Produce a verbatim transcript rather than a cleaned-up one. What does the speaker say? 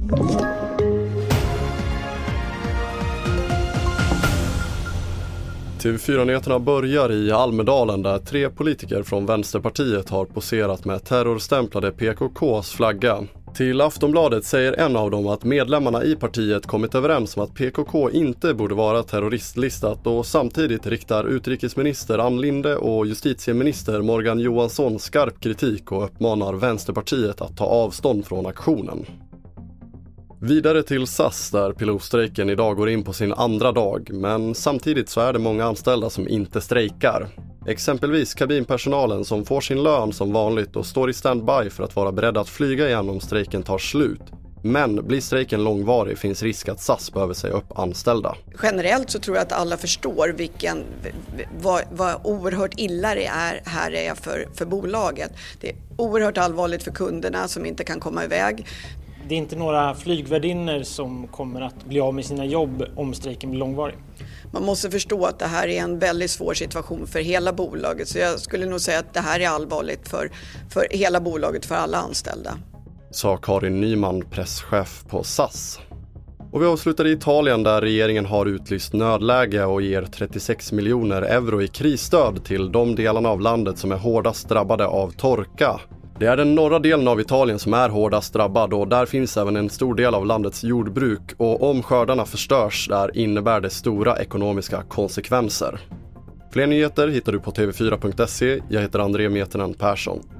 T V fyra-nyheterna börjar i Almedalen där tre politiker från Vänsterpartiet har poserat med terrorstämplade P K K:s flagga. Till Aftonbladet säger en av dem att medlemmarna i partiet kommit överens om att P K K inte borde vara terroristlistat och samtidigt riktar utrikesminister Ann Linde och justitieminister Morgan Johansson skarp kritik och uppmanar Vänsterpartiet att ta avstånd från aktionen. Vidare till S A S där pilotstrejken idag går in på sin andra dag, men samtidigt så är det många anställda som inte strejkar. Exempelvis kabinpersonalen som får sin lön som vanligt och står i standby för att vara beredda att flyga igen om strejken tar slut. Men blir strejken långvarig finns risk att S A S behöver säga upp anställda. Generellt så tror jag att alla förstår vilken, vad, vad oerhört illa det är här är för, för bolaget. Det är oerhört allvarligt för kunderna som inte kan komma iväg. Det är inte några flygvärdinnor som kommer att bli av med sina jobb om strejken blir långvarig. Man måste förstå att det här är en väldigt svår situation för hela bolaget. Så jag skulle nog säga att det här är allvarligt för, för hela bolaget, för alla anställda. Sa Karin Nyman, presschef på S A S. Och vi avslutar i Italien där regeringen har utlyst nödläge och ger trettiosex miljoner euro i krisstöd till de delarna av landet som är hårdast drabbade av torka. Det är den norra delen av Italien som är hårdast drabbad och där finns även en stor del av landets jordbruk och om skördarna förstörs där innebär det stora ekonomiska konsekvenser. Fler nyheter hittar du på t v fyra punkt se. Jag heter André Metenen Persson.